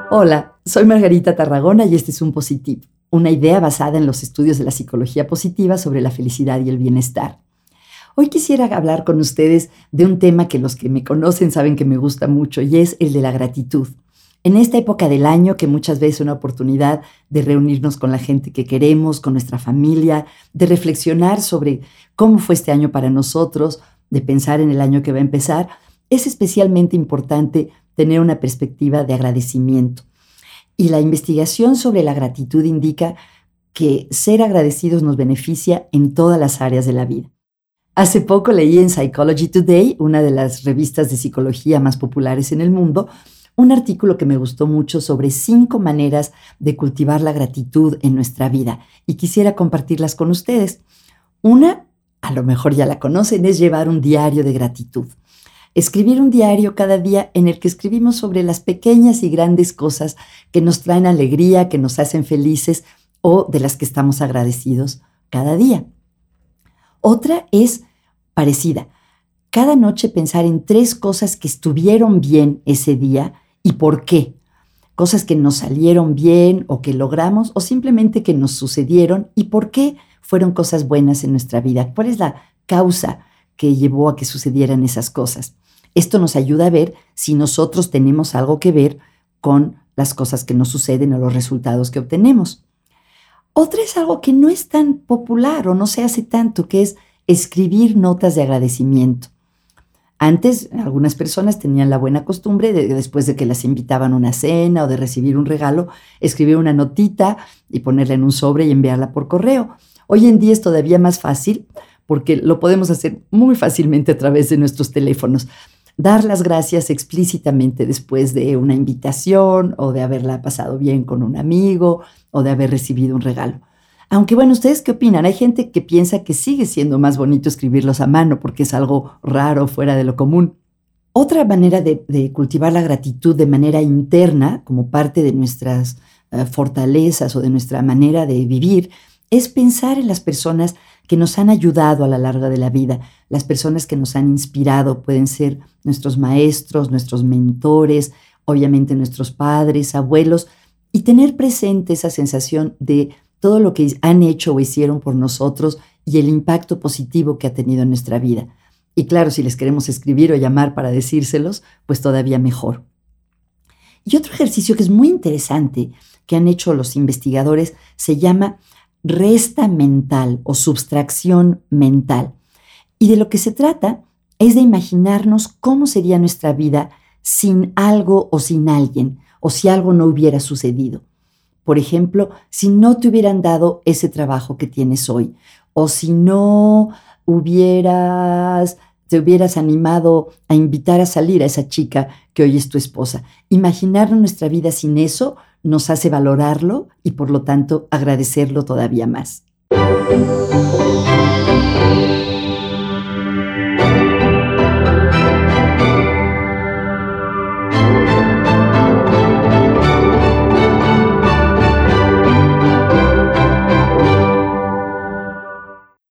Hola, soy Margarita Tarragona y este es un Positive, una idea basada en los estudios de la psicología positiva sobre la felicidad y el bienestar. Hoy quisiera hablar con ustedes de un tema que los que me conocen saben que me gusta mucho y es el de la gratitud. En esta época del año, que muchas veces es una oportunidad de reunirnos con la gente que queremos, con nuestra familia, de reflexionar sobre cómo fue este año para nosotros, de pensar en el año que va a empezar, es especialmente importante tener una perspectiva de agradecimiento. Y la investigación sobre la gratitud indica que ser agradecidos nos beneficia en todas las áreas de la vida. Hace poco leí en Psychology Today, una de las revistas de psicología más populares en el mundo, un artículo que me gustó mucho sobre 5 maneras de cultivar la gratitud en nuestra vida y quisiera compartirlas con ustedes. Una, a lo mejor ya la conocen, es llevar un diario de gratitud. Escribir un diario cada día en el que escribimos sobre las pequeñas y grandes cosas que nos traen alegría, que nos hacen felices o de las que estamos agradecidos cada día. Otra es parecida. Cada noche pensar en 3 cosas que estuvieron bien ese día y por qué. Cosas que nos salieron bien o que logramos o simplemente que nos sucedieron y por qué fueron cosas buenas en nuestra vida. ¿Cuál es la causa que llevó a que sucedieran esas cosas? Esto nos ayuda a ver si nosotros tenemos algo que ver con las cosas que nos suceden o los resultados que obtenemos. Otra es algo que no es tan popular o no se hace tanto, que es escribir notas de agradecimiento. Antes, algunas personas tenían la buena costumbre de, después de que las invitaban a una cena o de recibir un regalo, escribir una notita y ponerla en un sobre y enviarla por correo. Hoy en día es todavía más fácil porque lo podemos hacer muy fácilmente a través de nuestros teléfonos. Dar las gracias explícitamente después de una invitación o de haberla pasado bien con un amigo o de haber recibido un regalo. Aunque bueno, ¿ustedes qué opinan? Hay gente que piensa que sigue siendo más bonito escribirlos a mano porque es algo raro, fuera de lo común. Otra manera de cultivar la gratitud de manera interna, como parte de nuestras fortalezas o de nuestra manera de vivir, es pensar en las personas que nos han ayudado a la larga de la vida, las personas que nos han inspirado. Pueden ser nuestros maestros, nuestros mentores, obviamente nuestros padres, abuelos, y tener presente esa sensación de todo lo que han hecho o hicieron por nosotros y el impacto positivo que ha tenido en nuestra vida. Y claro, si les queremos escribir o llamar para decírselos, pues todavía mejor. Y otro ejercicio que es muy interesante que han hecho los investigadores se llama resta mental o subtracción mental. Y de lo que se trata es de imaginarnos cómo sería nuestra vida sin algo o sin alguien, o si algo no hubiera sucedido. Por ejemplo, si no te hubieran dado ese trabajo que tienes hoy, o si no te hubieras animado a invitar a salir a esa chica que hoy es tu esposa. Imaginar nuestra vida sin eso nos hace valorarlo y por lo tanto agradecerlo todavía más.